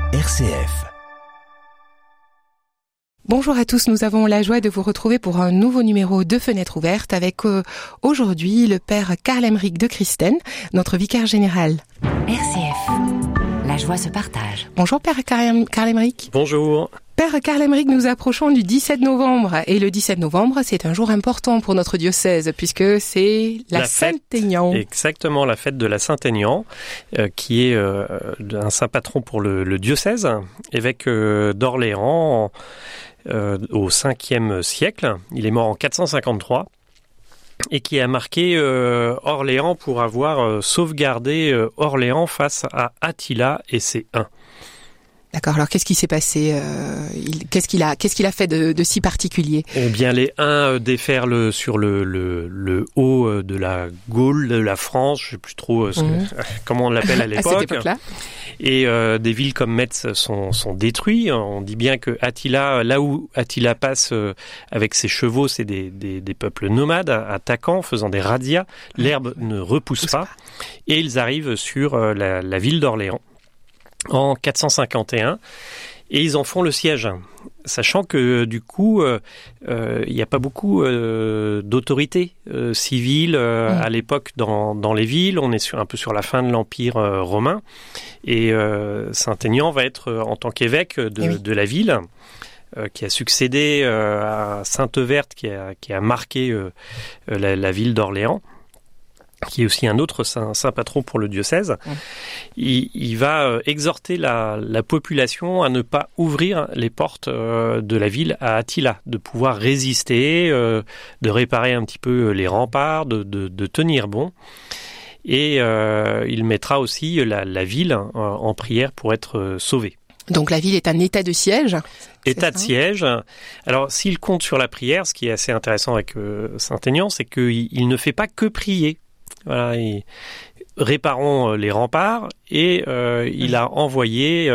RCF. Bonjour à tous, nous avons la joie de vous retrouver pour un nouveau numéro de Fenêtre ouverte avec aujourd'hui le père Karl-Emerick de Christen, notre vicaire général. RCF, la joie se partage. Bonjour père Karl-Emerick. Bonjour. Père Karl-Emerick, nous approchons du 17 novembre et le 17 novembre, c'est un jour important pour notre diocèse puisque c'est la Saint-Aignan. Exactement, la fête de la Saint-Aignan qui est un saint patron pour le diocèse, évêque d'Orléans au 5e siècle. Il est mort en 453 et qui a marqué Orléans pour avoir sauvegardé Orléans face à Attila et ses Huns. D'accord, alors qu'est-ce qui s'est passé qu'est-ce qu'il a fait de si particulier? Eh bien, les Huns déferlent sur le haut de la Gaule, de la France, je ne sais plus trop comment on l'appelle à l'époque. À cette époque-là. Et des villes comme Metz sont détruites. On dit bien que Attila, là où Attila passe avec ses chevaux, c'est des peuples nomades, attaquant, faisant des razzias. L'herbe ne repousse pas. Et ils arrivent sur la ville d'Orléans en 451, et ils en font le siège, sachant que du coup, il n'y a pas beaucoup d'autorités civiles à l'époque dans les villes. On est un peu sur la fin de l'Empire romain, et Saint-Aignan va être, en tant qu'évêque de la ville, qui a succédé à Sainte-Verte, qui a marqué la ville d'Orléans, qui est aussi un autre saint patron pour le diocèse. Il va exhorter la population à ne pas ouvrir les portes de la ville à Attila, de pouvoir résister, de réparer un petit peu les remparts, de tenir bon. Et il mettra aussi la ville en prière pour être sauvée. Donc la ville est un état de siège. État de siège. Alors s'il compte sur la prière, ce qui est assez intéressant avec Saint-Aignan, c'est qu'il ne fait pas que prier. Voilà, réparons les remparts, et il a envoyé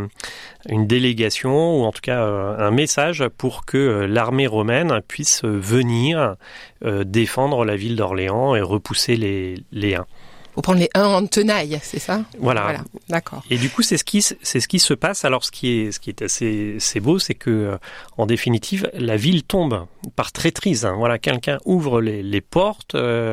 une délégation, ou en tout cas un message pour que l'armée romaine puisse venir défendre la ville d'Orléans et repousser les Huns. Pour prendre les Huns en tenaille, c'est ça ? Voilà. D'accord. Et du coup, c'est ce qui se passe. Alors, ce qui est assez beau, c'est que, en définitive, la ville tombe par traîtrise. Voilà, quelqu'un ouvre les portes,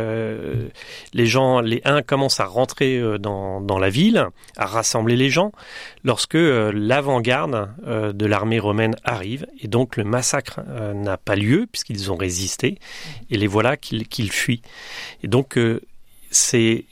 les Huns commencent à rentrer dans la ville, à rassembler les gens, lorsque l'avant-garde de l'armée romaine arrive, et donc le massacre n'a pas lieu puisqu'ils ont résisté, et les voilà qu'ils fuient. Et donc c'est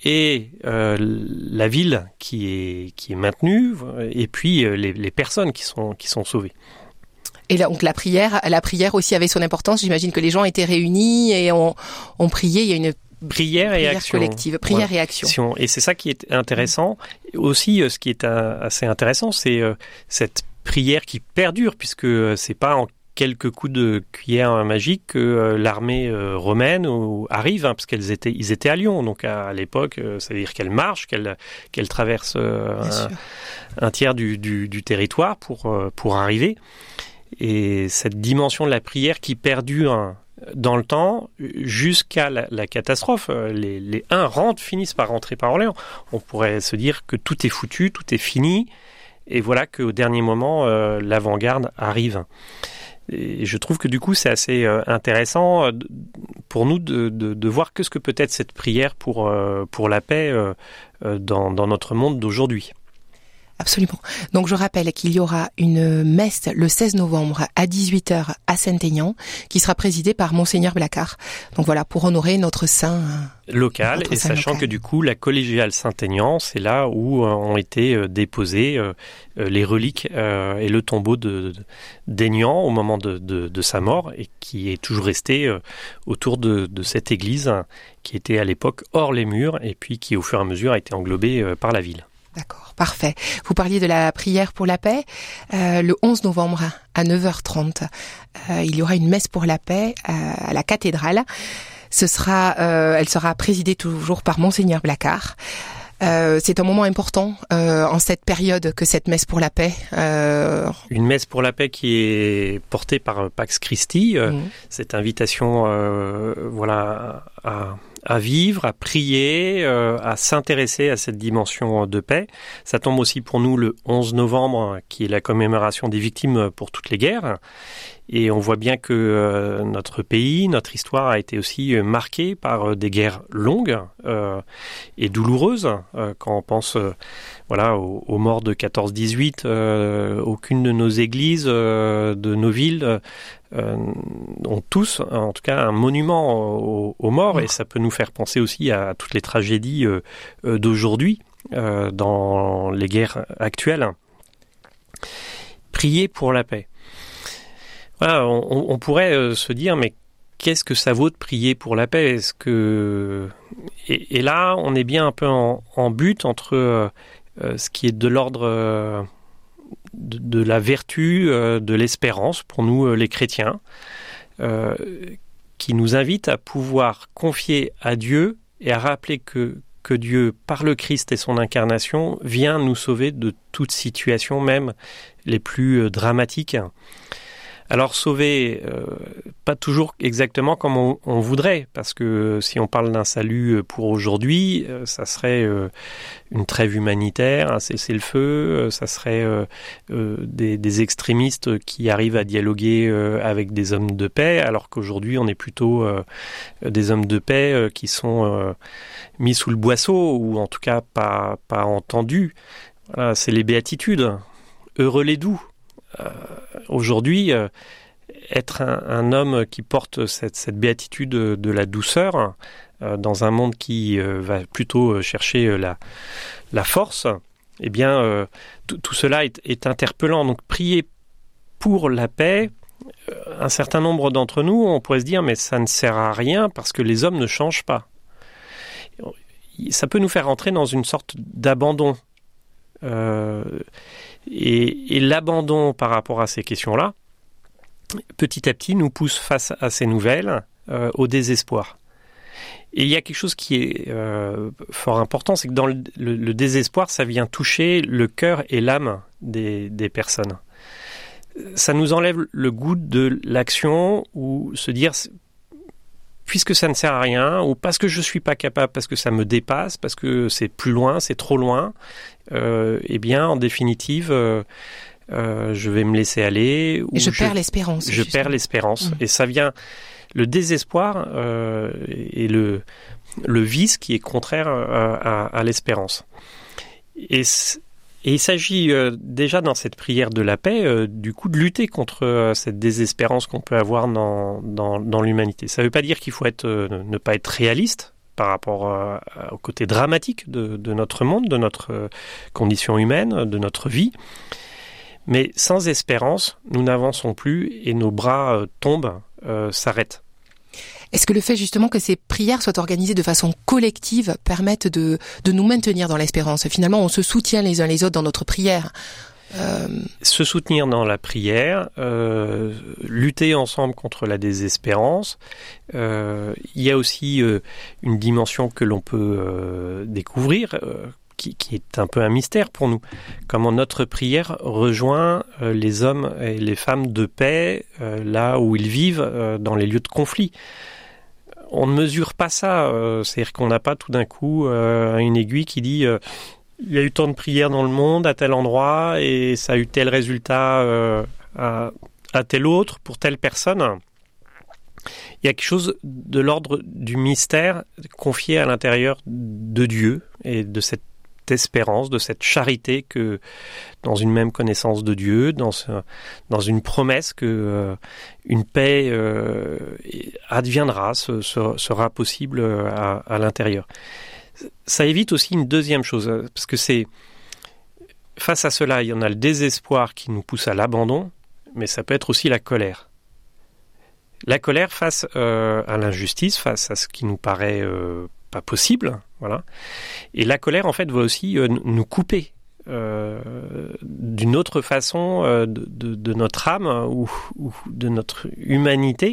la ville qui est maintenue, et puis les personnes qui sont sauvées. Et là, donc la prière aussi avait son importance. J'imagine que les gens étaient réunis et ont prié. Il y a une prière et action collective, prière et action. Et c'est ça qui est intéressant. Aussi, ce qui est assez intéressant, c'est cette prière qui perdure, puisque c'est pas en quelques coups de cuillère magique que l'armée romaine arrive, parce qu'ils étaient à Lyon, donc à l'époque, ça veut dire qu'elle marche, qu'elle traverse un tiers du territoire pour arriver. Et cette dimension de la prière qui perdure dans le temps jusqu'à la catastrophe. Les Huns finissent par rentrer par Orléans. On pourrait se dire que tout est foutu, tout est fini, et voilà qu'au dernier moment, l'avant-garde arrive. Et je trouve que du coup, c'est assez intéressant pour nous de voir ce que peut être cette prière pour la paix dans notre monde d'aujourd'hui. Absolument. Donc je rappelle qu'il y aura une messe le 16 novembre à 18h à Saint-Aignan qui sera présidée par Monseigneur Blacard. Donc voilà, pour honorer notre saint local, et sachant que du coup la collégiale Saint-Aignan, c'est là où ont été déposées les reliques et le tombeau d'Aignan au moment de sa mort, et qui est toujours resté autour de cette église qui était à l'époque hors les murs, et puis qui au fur et à mesure a été englobée par la ville. D'accord, parfait. Vous parliez de la prière pour la paix. Le 11 novembre à 9h30, il y aura une messe pour la paix à la cathédrale. Elle sera présidée toujours par Monseigneur Blacard. C'est un moment important en cette période que cette messe pour la paix. Une messe pour la paix qui est portée par Pax Christi. Cette invitation, à à vivre, à prier, à s'intéresser à cette dimension de paix. Ça tombe aussi pour nous le 11 novembre, qui est la commémoration des victimes pour toutes les guerres. Et on voit bien que notre pays, notre histoire a été aussi marquée par des guerres longues et douloureuses. Quand on pense aux morts de 14-18, aucune de nos églises, de nos villes, ont tous, en tout cas, un monument aux morts. Et ça peut nous faire penser aussi à toutes les tragédies d'aujourd'hui dans les guerres actuelles. Prier pour la paix. Voilà, on pourrait se dire, mais qu'est-ce que ça vaut de prier pour la paix ? Est-ce que... et là, on est bien un peu en but entre ce qui est de l'ordre de la vertu, de l'espérance, pour nous les chrétiens, qui nous invite à pouvoir confier à Dieu et à rappeler que Dieu, par le Christ et son incarnation, vient nous sauver de toute situation, même les plus dramatiques. Alors sauver, pas toujours exactement comme on voudrait, parce que si on parle d'un salut pour aujourd'hui, ça serait une trêve humanitaire, un cessez-le-feu, ça serait des extrémistes qui arrivent à dialoguer avec des hommes de paix, alors qu'aujourd'hui on est plutôt des hommes de paix qui sont mis sous le boisseau, ou en tout cas pas entendus. Voilà, c'est les béatitudes, heureux les doux. Aujourd'hui, être un homme qui porte cette béatitude de la douceur dans un monde qui va plutôt chercher la force, eh bien, tout cela est interpellant. Donc, prier pour la paix, un certain nombre d'entre nous, on pourrait se dire, mais ça ne sert à rien parce que les hommes ne changent pas. Ça peut nous faire entrer dans une sorte d'abandon. Et l'abandon par rapport à ces questions-là, petit à petit, nous pousse face à ces nouvelles au désespoir. Et il y a quelque chose qui est fort important, c'est que dans le désespoir, ça vient toucher le cœur et l'âme des personnes. Ça nous enlève le goût de l'action, ou se dire, puisque ça ne sert à rien, ou parce que je ne suis pas capable, parce que ça me dépasse, parce que c'est plus loin, c'est trop loin, eh bien, en définitive, je vais me laisser aller. Et je perds l'espérance. Je perds l'espérance. Et ça vient, le désespoir et le vice qui est contraire à l'espérance. Et il s'agit déjà dans cette prière de la paix, du coup, de lutter contre cette désespérance qu'on peut avoir dans l'humanité. Ça ne veut pas dire qu'il faut ne pas être réaliste par rapport au côté dramatique de notre monde, de notre condition humaine, de notre vie. Mais sans espérance, nous n'avançons plus et nos bras tombent, s'arrêtent. Est-ce que le fait justement que ces prières soient organisées de façon collective permettent de nous maintenir dans l'espérance ? Finalement, on se soutient les uns les autres dans notre prière. Se soutenir dans la prière, lutter ensemble contre la désespérance. Il y a aussi une dimension que l'on peut découvrir, qui est un peu un mystère pour nous. Comment notre prière rejoint les hommes et les femmes de paix là où ils vivent, dans les lieux de conflit. On ne mesure pas ça, c'est-à-dire qu'on n'a pas tout d'un coup une aiguille qui dit il y a eu tant de prières dans le monde à tel endroit et ça a eu tel résultat à tel autre pour telle personne. Il y a quelque chose de l'ordre du mystère confié à l'intérieur de Dieu et de cette espérance, de cette charité que dans une même connaissance de Dieu, dans une promesse que une paix adviendra, sera possible à l'intérieur. Ça évite aussi une deuxième chose, parce que face à cela, il y en a le désespoir qui nous pousse à l'abandon, mais ça peut être aussi la colère. La colère face à l'injustice, face à ce qui nous paraît pas possible, voilà. Et la colère, en fait, va aussi nous couper d'une autre façon de notre âme ou de notre humanité,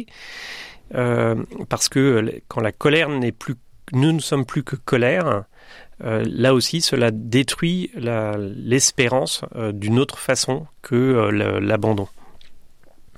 parce que quand la colère nous ne sommes plus que colère, là aussi, cela détruit l'espérance d'une autre façon que l'abandon.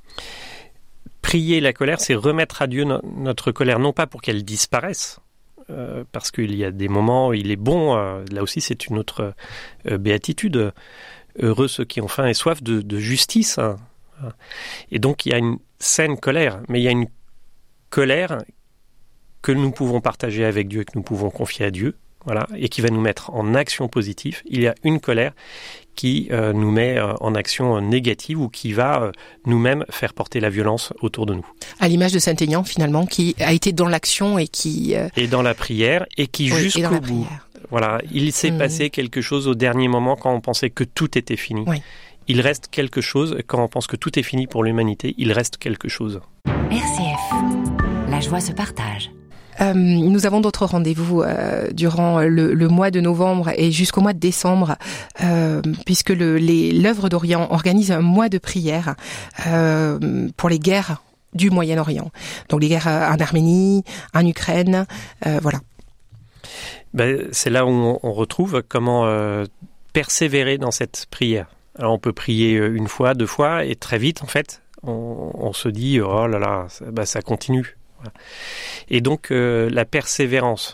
Prier la colère, c'est remettre à Dieu notre colère, non pas pour qu'elle disparaisse, parce qu'il y a des moments où il est bon, là aussi c'est une autre béatitude, heureux ceux qui ont faim et soif de justice. Et donc il y a une saine colère, mais il y a une colère que nous pouvons partager avec Dieu et que nous pouvons confier à Dieu, voilà, et qui va nous mettre en action positive. Il y a une colère qui nous met en action négative ou qui va nous-mêmes faire porter la violence autour de nous. À l'image de Saint-Aignan, finalement, qui a été dans l'action et qui... Et dans la prière, et qui jusqu'au bout... Voilà, il s'est passé quelque chose au dernier moment quand on pensait que tout était fini. Oui. Il reste quelque chose, quand on pense que tout est fini pour l'humanité, il reste quelque chose. RCF, la joie se partage. Nous avons d'autres rendez-vous durant le mois de novembre et jusqu'au mois de décembre, puisque l'œuvre d'Orient organise un mois de prière pour les guerres du Moyen-Orient. Donc les guerres en Arménie, en Ukraine, voilà. C'est là où on retrouve comment persévérer dans cette prière. Alors on peut prier une fois, 2 fois, et très vite, en fait, on se dit « Oh là là, ça continue ». Et donc la persévérance,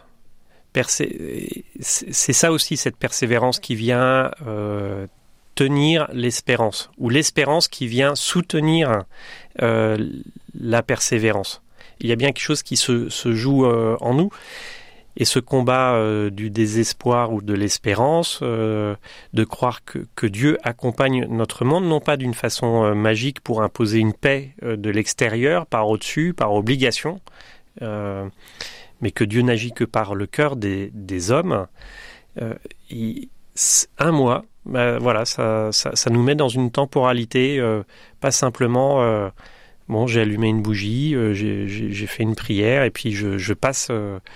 c'est ça aussi, cette persévérance qui vient tenir l'espérance, ou l'espérance qui vient soutenir la persévérance. Il y a bien quelque chose qui se joue en nous. Et ce combat du désespoir ou de l'espérance, de croire que Dieu accompagne notre monde, non pas d'une façon magique pour imposer une paix de l'extérieur, par au-dessus, par obligation, mais que Dieu n'agit que par le cœur des hommes. Un mois, voilà, ça nous met dans une temporalité, pas simplement... j'ai allumé une bougie, j'ai fait une prière, et puis je passe...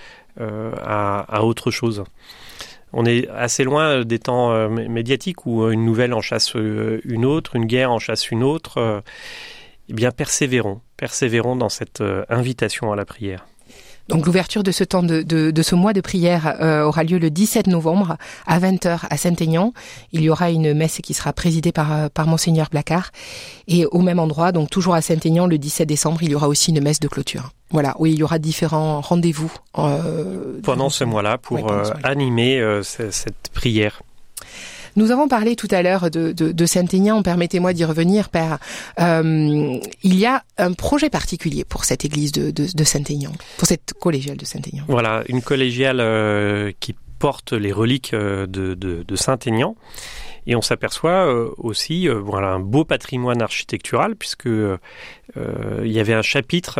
à autre chose. On est assez loin des temps médiatiques où une nouvelle en chasse une autre, une guerre en chasse une autre. Eh bien, persévérons dans cette invitation à la prière. Donc l'ouverture de ce temps de ce mois de prière aura lieu le 17 novembre à 20h à Saint-Aignan. Il y aura une messe qui sera présidée par Monseigneur Blacard. Et au même endroit, donc toujours à Saint-Aignan, le 17 décembre, il y aura aussi une messe de clôture. Voilà, où il y aura différents rendez-vous. Pendant ce mois-là, pour animer cette prière. Nous avons parlé tout à l'heure de Saint-Aignan, permettez-moi d'y revenir, Père. Il y a un projet particulier pour cette église de Saint-Aignan, pour cette collégiale de Saint-Aignan. Voilà, une collégiale qui porte les reliques de Saint-Aignan. Et on s'aperçoit aussi un beau patrimoine architectural, puisque il y avait un chapitre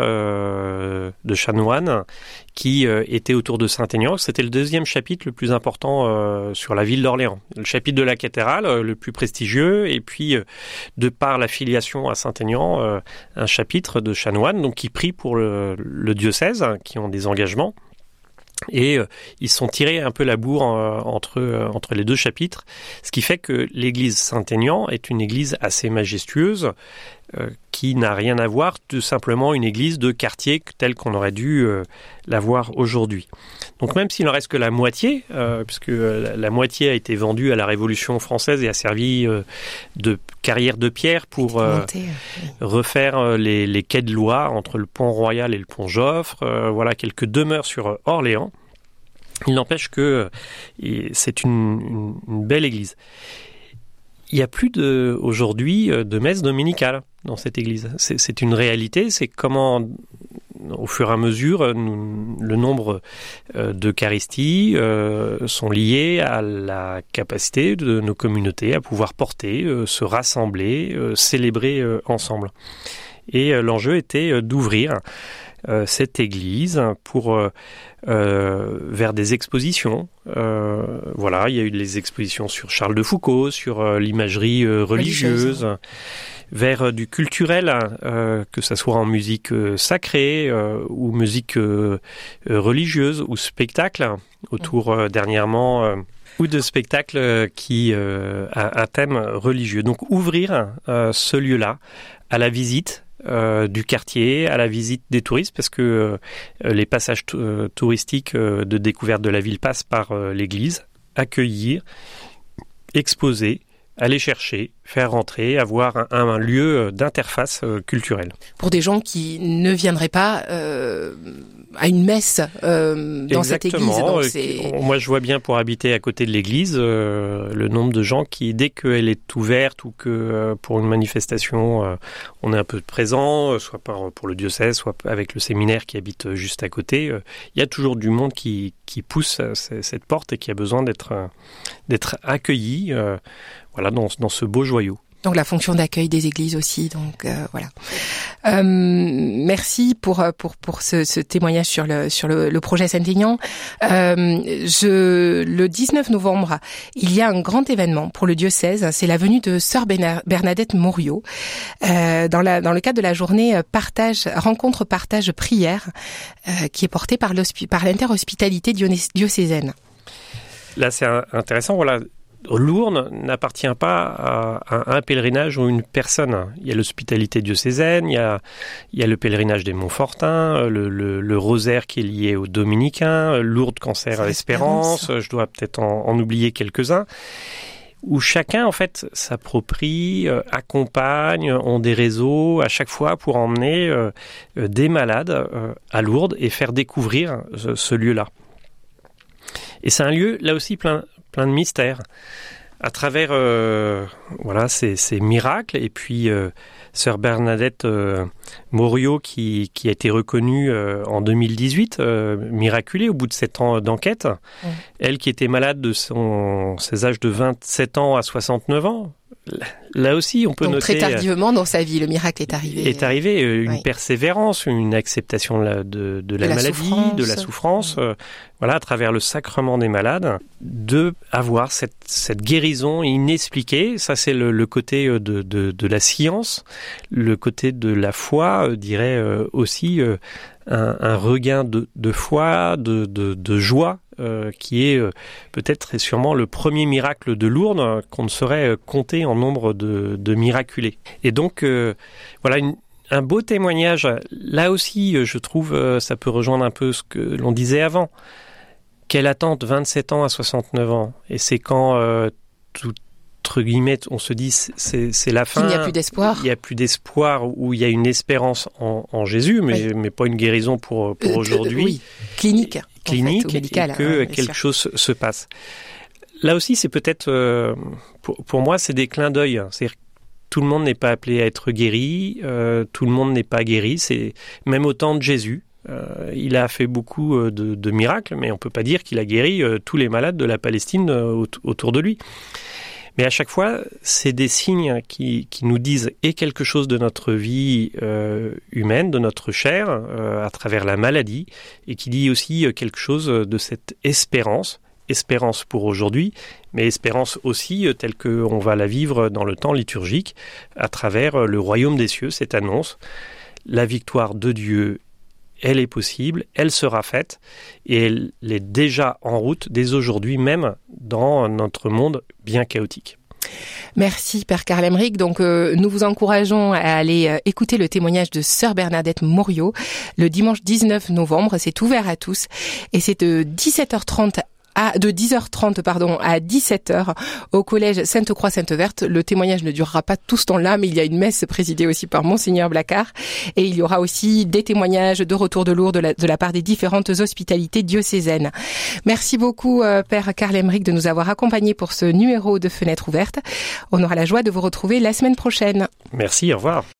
de chanoines qui était autour de Saint-Aignan. C'était le 2e chapitre le plus important sur la ville d'Orléans. Le chapitre de la cathédrale, le plus prestigieux, et puis de par la filiation à Saint-Aignan, un chapitre de chanoines donc, qui prient pour le diocèse, qui ont des engagements. Et ils sont tirés un peu la bourre entre les 2 chapitres, ce qui fait que l'église Saint-Aignan est une église assez majestueuse qui n'a rien à voir de simplement une église de quartier telle qu'on aurait dû la voir aujourd'hui. Donc même s'il en reste que la moitié, puisque la moitié a été vendue à la Révolution française et a servi de carrière de pierre pour refaire les quais de Loire entre le pont Royal et le pont Joffre, voilà quelques demeures sur Orléans. Il n'empêche que c'est une belle église. Il n'y a plus aujourd'hui de messe dominicale dans cette église. C'est une réalité, c'est comment, au fur et à mesure, le nombre d'eucharisties sont liés à la capacité de nos communautés à pouvoir porter, se rassembler, célébrer ensemble. Et l'enjeu était d'ouvrir cette église pour vers des expositions. Voilà, il y a eu des expositions sur Charles de Foucault, sur l'imagerie religieuse, vers du culturel, que ça soit en musique sacrée ou musique religieuse ou spectacle, autour dernièrement ou de spectacles qui a un thème religieux. Donc ouvrir ce lieu-là à la visite du quartier, à la visite des touristes, parce que les passages touristiques de découverte de la ville passent par l'église, accueillir, exposer, aller chercher, faire rentrer, avoir un lieu d'interface culturelle. Pour des gens qui ne viendraient pas à une messe dans cette église. Donc moi, je vois bien pour habiter à côté de l'église le nombre de gens qui, dès qu'elle est ouverte ou que pour une manifestation, on est un peu présent, soit pour le diocèse, soit avec le séminaire qui habite juste à côté, il y a toujours du monde qui pousse cette porte et qui a besoin d'être accueilli dans ce beau joyau. Donc la fonction d'accueil des églises aussi. Donc voilà. Merci pour ce témoignage sur le projet Saint-Aignan. Le 19 novembre, il y a un grand événement pour le diocèse. C'est la venue de sœur Bernadette Mouriot dans le cadre de la journée rencontre partage prière qui est portée par l'interhospitalité diocésaine. Là, c'est intéressant. Voilà. Lourdes n'appartient pas à un pèlerinage ou une personne. Il y a l'hospitalité diocésaine, il y a le pèlerinage des Montfortins, le rosaire qui est lié aux dominicains, Lourdes Cancer Espérance, je dois peut-être en oublier quelques-uns, où chacun en fait s'approprie, accompagne, ont des réseaux à chaque fois pour emmener des malades à Lourdes et faire découvrir ce lieu-là. Et c'est un lieu là aussi plein de mystères, à travers ces miracles, et puis sœur Bernadette Mouriot qui a été reconnue en 2018, miraculée au bout de 7 ans d'enquête, elle qui était malade de ses âges de 27 ans à 69 ans. Là aussi, on peut donc, noter... très tardivement dans sa vie, le miracle est arrivé. Une persévérance, une acceptation de la maladie, de la souffrance, à travers le sacrement des malades, de avoir cette guérison inexpliquée. Ça, c'est le côté de la science, le côté de la foi, dirait aussi un regain de foi, de joie, qui est peut-être et sûrement le premier miracle de Lourdes qu'on ne saurait compter en nombre de miraculés. Et donc, un beau témoignage. Là aussi, je trouve, ça peut rejoindre un peu ce que l'on disait avant. Quelle attente, 27 ans à 69 ans. Et c'est quand, entre guillemets, on se dit c'est la fin. Il n'y a plus d'espoir. Il n'y a plus d'espoir, ou il y a une espérance en Jésus, mais pas une guérison pour aujourd'hui. Oui, clinique, en fait, médicale, et que quelque chose se passe. Là aussi, c'est peut-être, pour moi, c'est des clins d'œil. C'est-à-dire que tout le monde n'est pas appelé à être guéri, tout le monde n'est pas guéri. C'est même au temps de Jésus. Il a fait beaucoup de miracles, mais on ne peut pas dire qu'il a guéri tous les malades de la Palestine autour de lui. Mais à chaque fois, c'est des signes qui nous disent et quelque chose de notre vie humaine, de notre chair, à travers la maladie, et qui dit aussi quelque chose de cette espérance pour aujourd'hui, mais espérance aussi telle qu'on va la vivre dans le temps liturgique, à travers le royaume des cieux, cette annonce, la victoire de Dieu. Elle est possible, elle sera faite, et elle est déjà en route dès aujourd'hui même dans notre monde bien chaotique. Merci Père Karl Emmerich. Donc nous vous encourageons à aller écouter le témoignage de sœur Bernadette Mouriot le dimanche 19 novembre. C'est ouvert à tous et c'est de 10h30 à 17h au collège Sainte-Croix-Sainte-Verte. Le témoignage ne durera pas tout ce temps-là, mais il y a une messe présidée aussi par Monseigneur Blacard. Et il y aura aussi des témoignages de retour de Lourdes de la part des différentes hospitalités diocésaines. Merci beaucoup, Père Karl Emmerich, de nous avoir accompagnés pour ce numéro de Fenêtre ouverte. On aura la joie de vous retrouver la semaine prochaine. Merci, au revoir.